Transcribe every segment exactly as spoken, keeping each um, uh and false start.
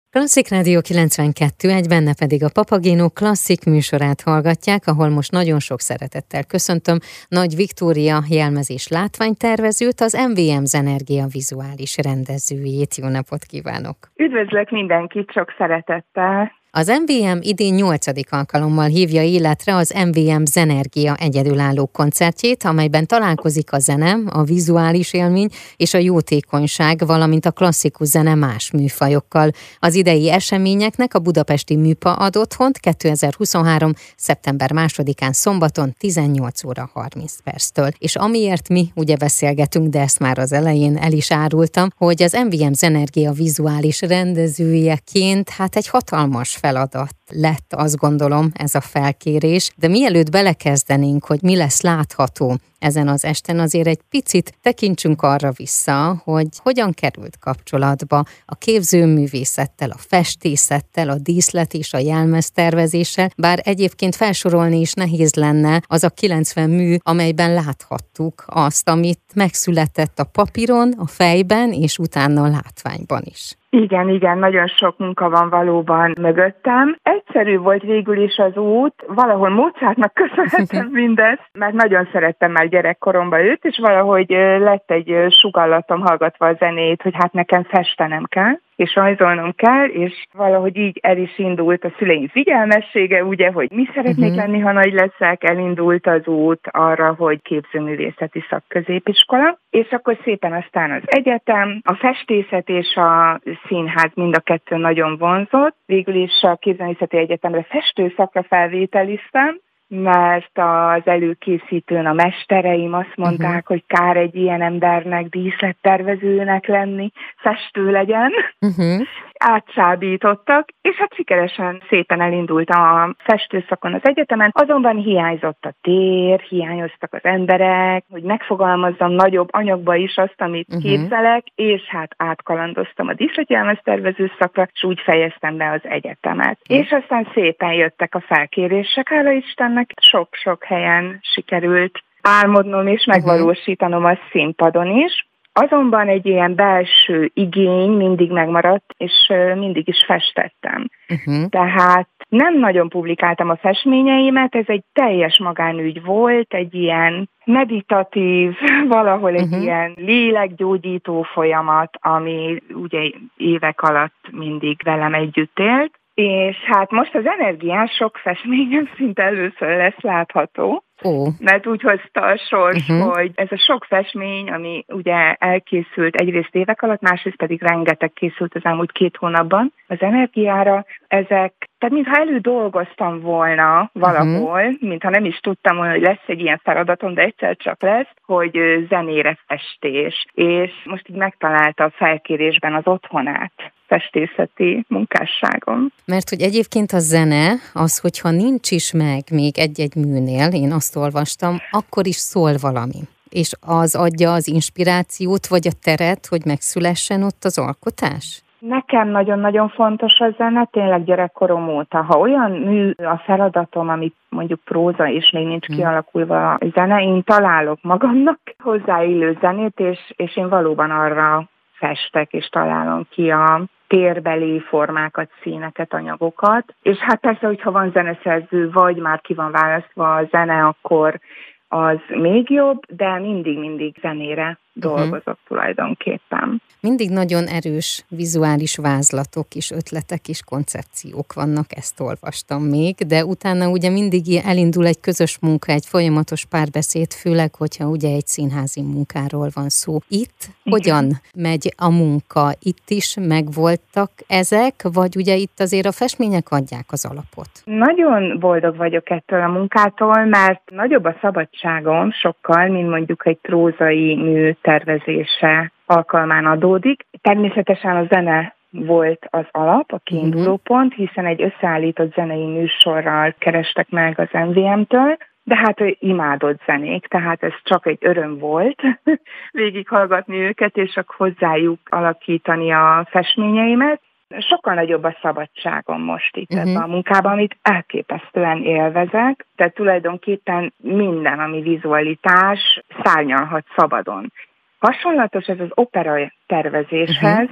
Klasszik Rádió kilencvenkettő, egy benne pedig a Papagéno klasszik műsorát hallgatják, ahol most nagyon sok szeretettel köszöntöm Nagy Viktória jelmezés látványtervezőt, az em vé em Zenergia vizuális rendezőjét. Jó napot kívánok! Üdvözlök mindenkit sok szeretettel! Az em vé em idén nyolcadik alkalommal hívja életre az em vé em Zenergia egyedülálló koncertjét, amelyben találkozik a zene, a vizuális élmény és a jótékonyság, valamint a klasszikus zene más műfajokkal. Az idei eseményeknek a budapesti Műpa ad otthont kétezer-huszonhárom. szeptember másodikán szombaton tizennyolc óra harminc perctől. És amiért mi ugye beszélgetünk, de ezt már az elején el is árultam, hogy az em vé em Zenergia vizuális rendezőjeként hát egy hatalmas feladat lett, azt gondolom, ez a felkérés, de mielőtt belekezdenénk, hogy mi lesz látható ezen az esten, azért egy picit tekintsünk arra vissza, hogy hogyan került kapcsolatba a képzőművészettel, a festészettel, a díszlet és a jelmeztervezéssel, bár egyébként felsorolni is nehéz lenne az a kilencven mű, amelyben láthattuk azt, amit megszületett a papíron, a fejben és utána a látványban is. Igen, igen, nagyon sok munka van valóban mögöttem. Egyszerű volt végül is az út, valahol Mozartnak köszönhetem mindezt, mert nagyon szerettem már gyerekkoromban őt, és valahogy lett egy sugallatom hallgatva a zenét, hogy hát nekem festenem kell, és rajzolnom kell, és valahogy így el is indult a szüleim figyelmessége, ugye, hogy mi szeretnék uh-huh. lenni, ha nagy leszek, elindult az út arra, hogy képzőművészeti szakközépiskola, és akkor szépen aztán az egyetem, a festészet és a színház mind a kettő nagyon vonzott. Végül is a képzőművészeti egyetemre festőszakra felvételiztem, mert az előkészítőn a mestereim azt mondták, uh-huh. hogy kár egy ilyen embernek díszlettervezőnek lenni, festő legyen. Uh-huh. Átsábítottak, és hát sikeresen szépen elindultam a festőszakon az egyetemen, azonban hiányzott a tér, hiányoztak az emberek, hogy megfogalmazzam nagyobb anyagba is azt, amit uh-huh. képzelek, és hát átkalandoztam a díszletjelmeztervező szakra, és úgy fejeztem be az egyetemet. Uh-huh. És aztán szépen jöttek a felkérések, hála Istennek, sok-sok helyen sikerült álmodnom és megvalósítanom a színpadon is. Azonban egy ilyen belső igény mindig megmaradt, és mindig is festettem. Uh-huh. Tehát nem nagyon publikáltam a festményeimet, ez egy teljes magánügy volt, egy ilyen meditatív, valahol egy uh-huh. ilyen lélekgyógyító folyamat, ami ugye évek alatt mindig velem együtt élt. És hát most az energiás sok festményem szinte először lesz látható, oh. mert úgy hozta a sors, uh-huh. hogy ez a sok festmény, ami ugye elkészült egyrészt évek alatt, másrészt pedig rengeteg készült az elmúlt két hónapban az energiára, ezek, tehát mintha elődolgoztam volna valahol, uh-huh. mintha nem is tudtam volna, hogy lesz egy ilyen feladatom, de egyszer csak lesz, hogy zenére festés. És most így megtalálta a felkérésben az otthonát festészeti munkásságom. Mert hogy egyébként a zene, az, hogyha nincs is meg még egy-egy műnél, én azt olvastam, akkor is szól valami. És az adja az inspirációt, vagy a teret, hogy megszülessen ott az alkotás? Nekem nagyon-nagyon fontos a zene, tényleg gyerekkorom óta. Ha olyan mű a feladatom, amit mondjuk próza, és még nincs hmm. kialakulva a zene, én találok magamnak hozzáillő zenét, és, és én valóban arra festek, és találom ki a térbeli formákat, színeket, anyagokat. És hát persze, hogyha van zeneszerző, vagy már ki van választva a zene, akkor az még jobb, de mindig-mindig zenére dolgozott uh-huh. tulajdonképpen. Mindig nagyon erős vizuális vázlatok és ötletek és koncepciók vannak, ezt olvastam még, de utána ugye mindig elindul egy közös munka, egy folyamatos párbeszéd, főleg, hogyha ugye egy színházi munkáról van szó. Itt igen. hogyan megy a munka? Itt is megvoltak ezek, vagy ugye itt azért a festmények adják az alapot? Nagyon boldog vagyok ettől a munkától, mert nagyobb a szabadságom sokkal, mint mondjuk egy prózai mű tervezése alkalmán adódik. Természetesen a zene volt az alap, a kiinduló pont, hiszen egy összeállított zenei műsorral kerestek meg az em vé em-től, de hát ő imádott zenék, tehát ez csak egy öröm volt végighallgatni őket, és csak hozzájuk alakítani a festményeimet. Sokkal nagyobb a szabadságom most itt uh-huh. ebben a munkában, amit elképesztően élvezek, tehát tulajdonképpen minden, ami vizualitás, szárnyalhat szabadon. Hasonlatos ez az opera tervezéshez, uh-huh.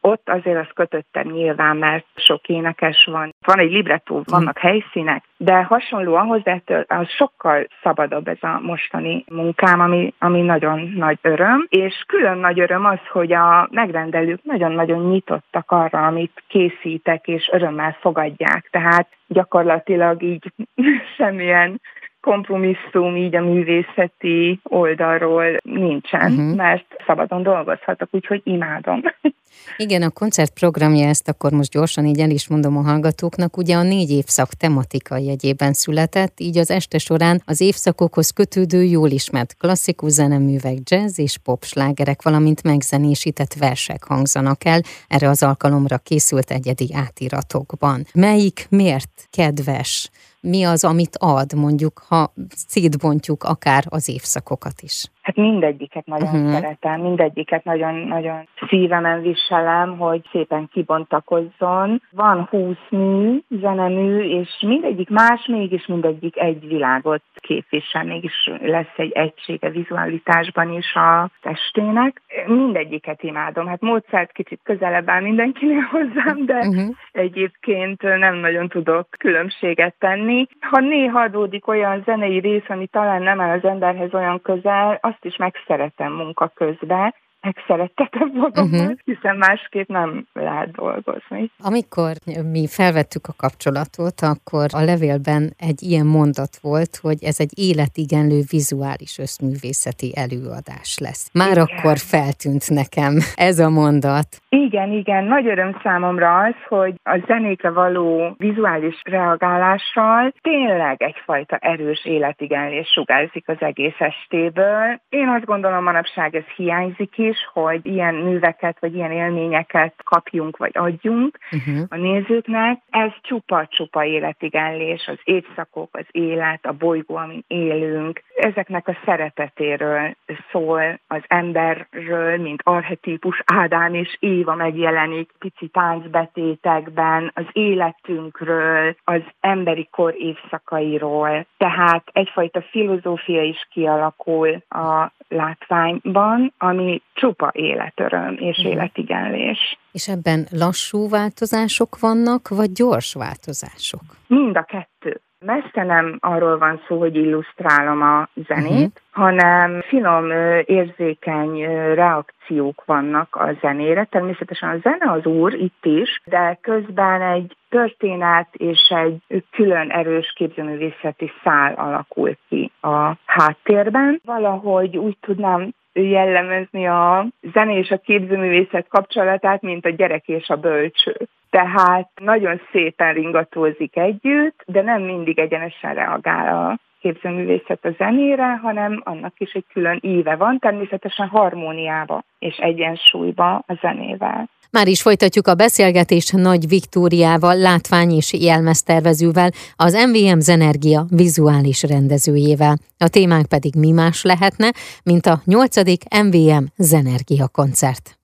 Ott azért az kötöttem nyilván, mert sok énekes van. Van egy librettó, vannak helyszínek, de hasonló ahhoz, de ettől az sokkal szabadabb ez a mostani munkám, ami, ami nagyon nagy öröm. És külön nagy öröm az, hogy a megrendelők nagyon-nagyon nyitottak arra, amit készítek, és örömmel fogadják. Tehát gyakorlatilag így semmilyen kompromisszum így a művészeti oldalról nincsen, uh-huh. mert szabadon dolgozhatok, úgyhogy imádom. Igen, a koncertprogramja, ezt akkor most gyorsan így el is mondom a hallgatóknak, ugye a négy évszak tematikai jegyében született, így az este során az évszakokhoz kötődő jól ismert klasszikus zeneművek, jazz és pop slágerek, valamint megzenésített versek hangzanak el, erre az alkalomra készült egyedi átiratokban. Melyik miért kedves? Mi az, amit ad, mondjuk, ha szétbontjuk akár az évszakokat is? Hát mindegyiket nagyon uh-huh. szeretem, mindegyiket nagyon-nagyon szívemen viselem, hogy szépen kibontakozzon. Van húsz mű, zenemű, és mindegyik más, mégis mindegyik egy világot képvisel, mégis lesz egy egysége vizualitásban is a testének. Mindegyiket imádom. Hát Mozart kicsit közelebb áll mindenkinél hozzám, de uh-huh. egyébként nem nagyon tudok különbséget tenni. Ha néha adódik olyan zenei rész, ami talán nem áll az emberhez olyan közel, azt is megszeretem munka közben, megszerettetem magamat, uh-huh. hiszen másképp nem lehet dolgozni. Amikor mi felvettük a kapcsolatot, akkor a levélben egy ilyen mondat volt, hogy ez egy életigenlő vizuális összművészeti előadás lesz. Már igen. akkor feltűnt nekem ez a mondat. Igen, igen, nagy öröm számomra az, hogy a zenékre való vizuális reagálással tényleg egyfajta erős életigenlés sugárzik az egész estéből. Én azt gondolom, manapság ez hiányzik is, hogy ilyen műveket, vagy ilyen élményeket kapjunk, vagy adjunk uh-huh. a nézőknek. Ez csupa-csupa életigenlés, az évszakok, az élet, a bolygó, amin élünk. Ezeknek a szeretetéről szól, az emberről, mint archetípus. Ádám és Éva megjelenik pici táncbetétekben, az életünkről, az emberi kor évszakairól. Tehát egyfajta filozófia is kialakul a látványban, ami csupa életöröm és mm. életigenlés. És ebben lassú változások vannak, vagy gyors változások? Mind a kettő. Messze nem arról van szó, hogy illusztrálom a zenét, uh-huh. hanem finom, érzékeny reakciók vannak a zenére. Természetesen a zene az úr itt is, de közben egy történet és egy külön erős képzőművészeti szál alakul ki a háttérben. Valahogy úgy tudnám jellemezni a zene és a képzőművészet kapcsolatát, mint a gyerek és a bölcső. Tehát nagyon szépen ringatózik együtt, de nem mindig egyenesen reagál a képzőművészet a zenére, hanem annak is egy külön íve van, természetesen harmóniába és egyensúlyba a zenével. Már is folytatjuk a beszélgetést Nagy Viktóriával, látvány- és jelmeztervezővel, az em vé em Zenergia vizuális rendezőjével. A témánk pedig mi más lehetne, mint a nyolcadik em vé em Zenergia koncert.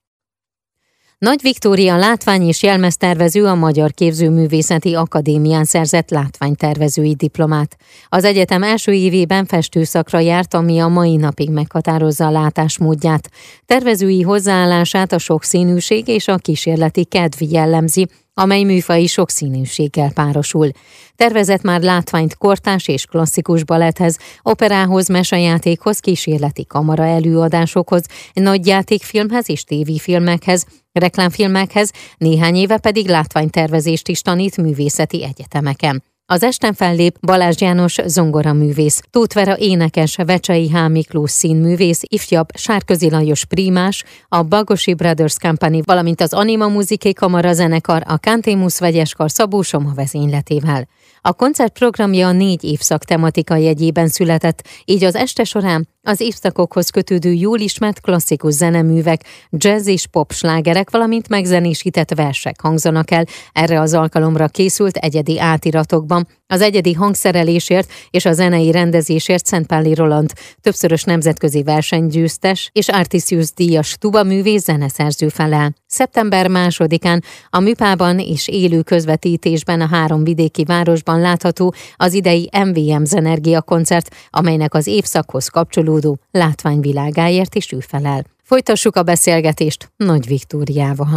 Nagy Viktória látvány- és jelmeztervező, a Magyar Képzőművészeti Akadémián szerzett látványtervezői diplomát. Az egyetem első évében festőszakra járt, ami a mai napig meghatározza a látásmódját. Tervezői hozzáállását a sokszínűség és a kísérleti kedv jellemzi, amely műfaji sokszínűséggel párosul. Tervezett már látványt kortárs és klasszikus baletthez, operához, mesejátékhoz, kísérleti kamara előadásokhoz, nagyjátékfilmhez és tévéfilmekhez, reklámfilmekhez, néhány éve pedig látványtervezést is tanít művészeti egyetemeken. Az esten fellép Balázs János zongoraművész, Tóth Vera énekes, Vecsei H. Miklós színművész, ifjabb Sárközi Lajos prímás, a Bagosi Brothers Company, valamint az Anima Musicae Kamara zenekar, a Cantémus vegyeskar Szabó Soma vezényletével. A koncert programja a négy évszak tematikai jegyében született, így az este során az évszakokhoz kötődő jól ismert klasszikus zeneművek, jazz és pop slágerek, valamint megzenésített versek hangzanak el. Erre az alkalomra készült egyedi átiratokban. Az egyedi hangszerelésért és a zenei rendezésért Szentpáli Roland, többszörös nemzetközi versenygyőztes és Artisius díjas tubaművész zeneszerző felel. Szeptember másodikán a Műpában és élő közvetítésben a három vidéki városban látható az idei em vé em Zenergia koncert, amelynek az évszakhoz kapcsolódó látványvilágáért is ő felel. Folytassuk a beszélgetést Nagy Viktóriával.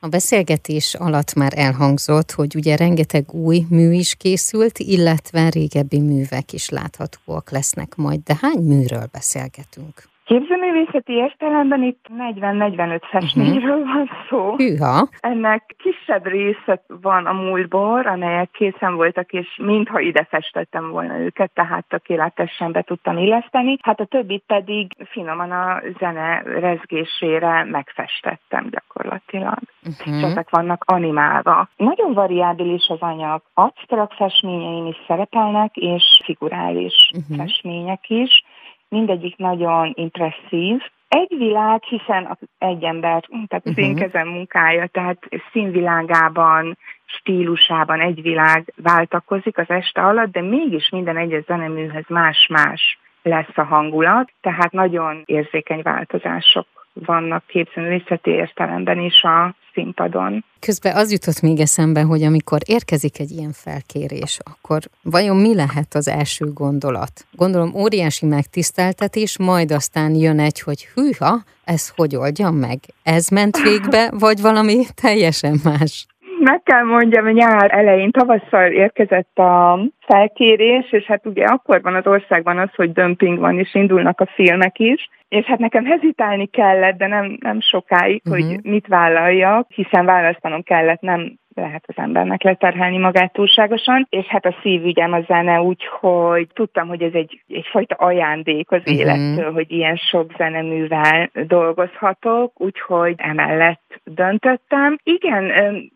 A beszélgetés alatt már elhangzott, hogy ugye rengeteg új mű is készült, illetve régebbi művek is láthatóak lesznek majd. De hány műről beszélgetünk? Képzőművészeti értelemben itt negyven-negyvenöt festményről uh-huh. van szó. Hűha! Ennek kisebb része van a múltból, amelyek készen voltak, és mintha ide festettem volna őket, tehát tökéletesen be tudtam illeszteni. Hát a többit pedig finoman a zene rezgésére megfestettem gyakorlatilag. Uh-huh. És ezek vannak animálva. Nagyon variábilis az anyag. Absztrakt festményeim is szerepelnek, és figurális uh-huh. festmények is. Mindegyik nagyon impresszív. Egy világ, hiszen egy ember, tehát az uh-huh. én kezem munkája, tehát színvilágában, stílusában egy világ váltakozik az este alatt, de mégis minden egyes zeneműhöz más-más lesz a hangulat, tehát nagyon érzékeny változások vannak képzőművészeti értelemben is a színpadon. Közben az jutott még eszembe, hogy amikor érkezik egy ilyen felkérés, akkor vajon mi lehet az első gondolat? Gondolom óriási megtiszteltetés, majd aztán jön egy, hogy hűha, ez hogy oldjam meg? Ez ment végbe, vagy valami teljesen más? Meg kell mondjam, hogy nyár elején, tavasszal érkezett a felkérés, és hát ugye akkor van az országban az, hogy dömping van, és indulnak a filmek is, és hát nekem hezitálni kellett, de nem, nem sokáig, uh-huh. hogy mit vállaljak, hiszen választanom kellett, nem lehet az embernek leterhelni magát túlságosan, és hát a szívügyem a zene, úgyhogy tudtam, hogy ez egy, egyfajta ajándék az uh-huh. élettől, hogy ilyen sok zeneművel dolgozhatok, úgyhogy emellett döntöttem. Igen,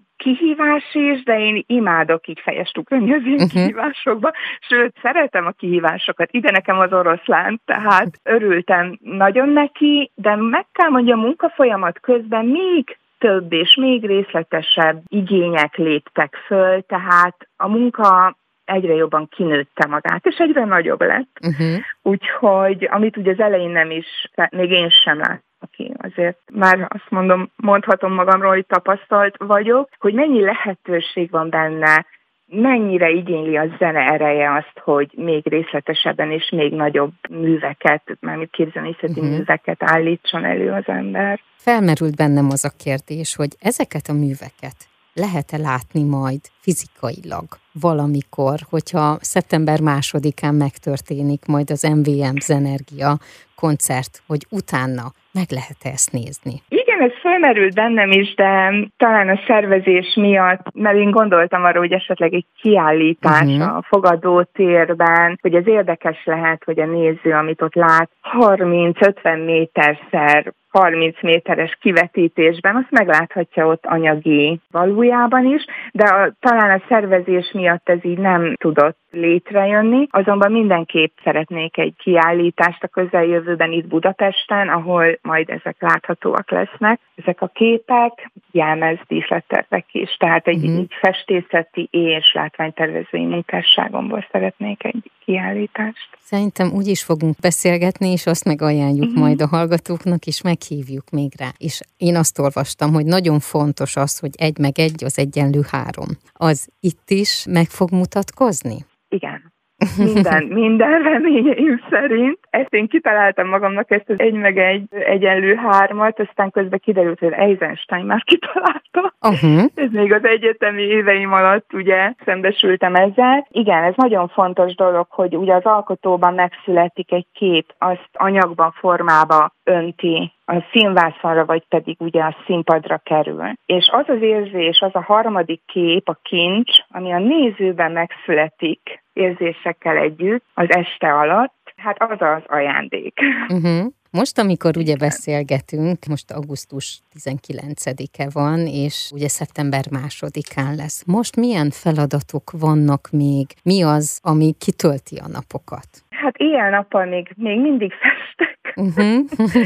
kihívás is, de én imádok így fejest ugrani az én uh-huh. kihívásokba, sőt, szeretem a kihívásokat. Ide nekem az oroszlán, tehát örültem nagyon neki, de meg kell mondjam, a munkafolyamat közben még több és még részletesebb igények léptek föl, tehát a munka egyre jobban kinőtte magát, és egyre nagyobb lett. Uh-huh. Úgyhogy, amit ugye az elején nem is, még én sem láttam, aki azért már azt mondom, mondhatom magamról, hogy tapasztalt vagyok, hogy mennyi lehetőség van benne, mennyire igényli a zene ereje azt, hogy még részletesebben és még nagyobb műveket, mármint képzőművészeti uh-huh. műveket állítson elő az ember. Felmerült bennem az a kérdés, hogy ezeket a műveket lehet-e látni majd fizikailag valamikor, hogyha szeptember másodikán megtörténik majd az em vé em Zenergia koncert, hogy utána meg lehet ezt nézni? Igen, ez felmerült bennem is, de talán a szervezés miatt, mert én gondoltam arra, hogy esetleg egy kiállítás uh-huh. a fogadótérben, hogy ez érdekes lehet, hogy a néző, amit ott lát, harminc-ötven méterszer harminc méteres kivetítésben, azt megláthatja ott anyagi valójában is, de a, talán a szervezés miatt ez így nem tudott létrejönni, azonban mindenképp szeretnék egy kiállítást a közeljövőben itt Budapesten, ahol majd ezek láthatóak lesznek. Ezek a képek, jelmezdíszlettervek is, tehát egy uh-huh. így festészeti és látványtervezői munkásságomból szeretnék egy kiállítást. Szerintem úgy is fogunk beszélgetni, és azt megajánljuk uh-huh. majd a hallgatóknak, és meghívjuk még rá. És én azt olvastam, hogy nagyon fontos az, hogy egy meg egy az egyenlő három. Az itt is meg fog mutatkozni? Igen. Minden, minden reményeim szerint. Ezt én kitaláltam magamnak, ezt az egy meg egy egyenlő hármat, aztán közben kiderült, hogy Eisenstein már kitalálta. Uh-huh. Ez még az egyetemi éveim alatt ugye szembesültem ezzel. Igen, ez nagyon fontos dolog, hogy ugye az alkotóban megszületik egy kép, azt anyagban, formába önti, a színvászonra, vagy pedig ugye a színpadra kerül. És az az érzés, az a harmadik kép, a kincs, ami a nézőben megszületik érzésekkel együtt az este alatt, hát az az ajándék. Uh-huh. Most, amikor ugye beszélgetünk, most augusztus tizenkilencedike van, és ugye szeptember másodikán lesz. Most milyen feladatok vannak még? Mi az, ami kitölti a napokat? Hát éjjel-nappal még, még mindig festek. Uh-huh.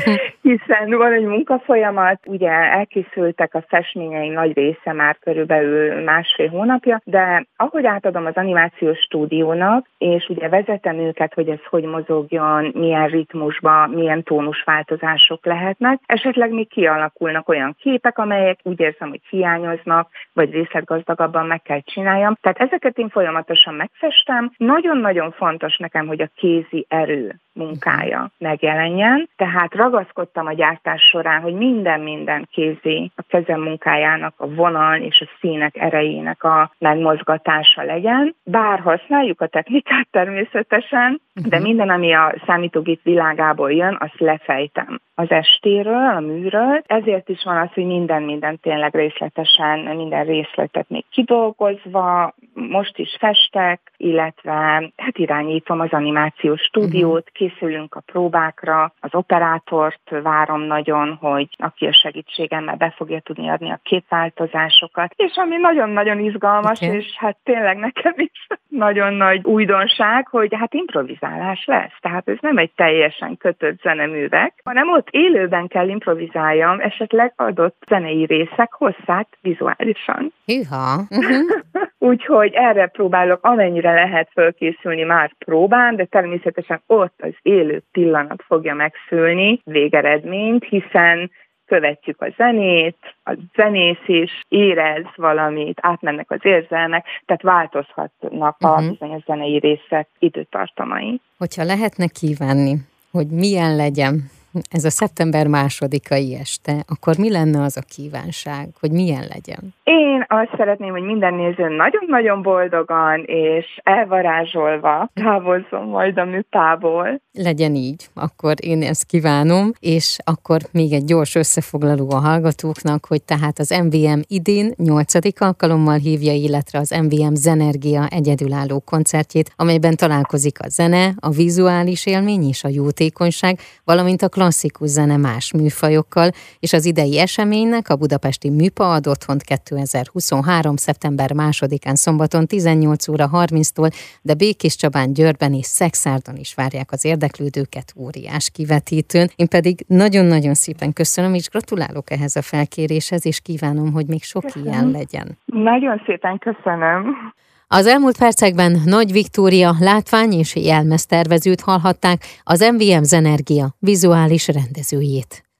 Hiszen van egy munkafolyamat, ugye elkészültek a festményeim nagy része már körülbelül másfél hónapja, de ahogy átadom az animációs stúdiónak, és ugye vezetem őket, hogy ez hogy mozogjon, milyen ritmusban, milyen tónusváltozások lehetnek, esetleg még kialakulnak olyan képek, amelyek úgy érzem, hogy hiányoznak, vagy részletgazdagabban meg kell csináljam. Tehát ezeket én folyamatosan megfestem. Nagyon-nagyon fontos nekem, hogy a kézi erő munkája megjelenjen, tehát ragaszkodtam tanítottam a gyártás során, hogy minden-minden kézi a kezem munkájának a vonal és a színek erejének a megmozgatása legyen. Bár használjuk a technikát természetesen, de minden, ami a számítógép világából jön, azt lefejtem az estéről, a műről. Ezért is van az, hogy minden-minden tényleg részletesen, minden részletet még kidolgozva, most is festek, illetve hát irányítom az animációs stúdiót, készülünk a próbákra, az operátort várom nagyon, hogy aki a segítségemmel be fogja tudni adni a képváltozásokat, és ami nagyon-nagyon izgalmas, okay. és hát tényleg nekem is nagyon nagy újdonság, hogy hát improvizálás lesz. Tehát ez nem egy teljesen kötött zeneművek, hanem ott élőben kell improvizáljam, esetleg adott zenei részek hosszát vizuálisan. Hűha! Uh-huh. Úgyhogy erre próbálok amennyire lehet fölkészülni már próbán, de természetesen ott az élő pillanat fogja megszülni végeredményt, hiszen követjük a zenét, a zenész is érez valamit, átmennek az érzelmek, tehát változhatnak a uh-huh. bizonyos zenei részek időtartamai. Hogyha lehetne kívánni, hogy milyen legyen ez a szeptember másodikai este, akkor mi lenne az a kívánság, hogy milyen legyen? Én azt szeretném, hogy minden néző nagyon-nagyon boldogan és elvarázsolva távozzon majd a műpából. Legyen így, akkor én ezt kívánom, és akkor még egy gyors összefoglaló a hallgatóknak, hogy tehát az em vé em idén nyolcadik alkalommal hívja életre az em vé em Zenergia egyedülálló koncertjét, amelyben találkozik a zene, a vizuális élmény és a jótékonyság, valamint a klasszikus zene más műfajokkal, és az idei eseménynek a budapesti Műpa ad otthont kétezer-huszonhárom. szeptember másodikán szombaton tizennyolc óra harminctól, de Békéscsabán, Győrben és Szekszárdon is várják az érdeklődőket óriás kivetítőn. Én pedig nagyon-nagyon szépen köszönöm, és gratulálok ehhez a felkéréshez, és kívánom, hogy még sok köszönöm. Ilyen legyen. Nagyon szépen köszönöm. Az elmúlt percekben Nagy Viktória látvány- és jelmeztervezőt hallhatták, az em vé em Zenergia vizuális rendezőjét.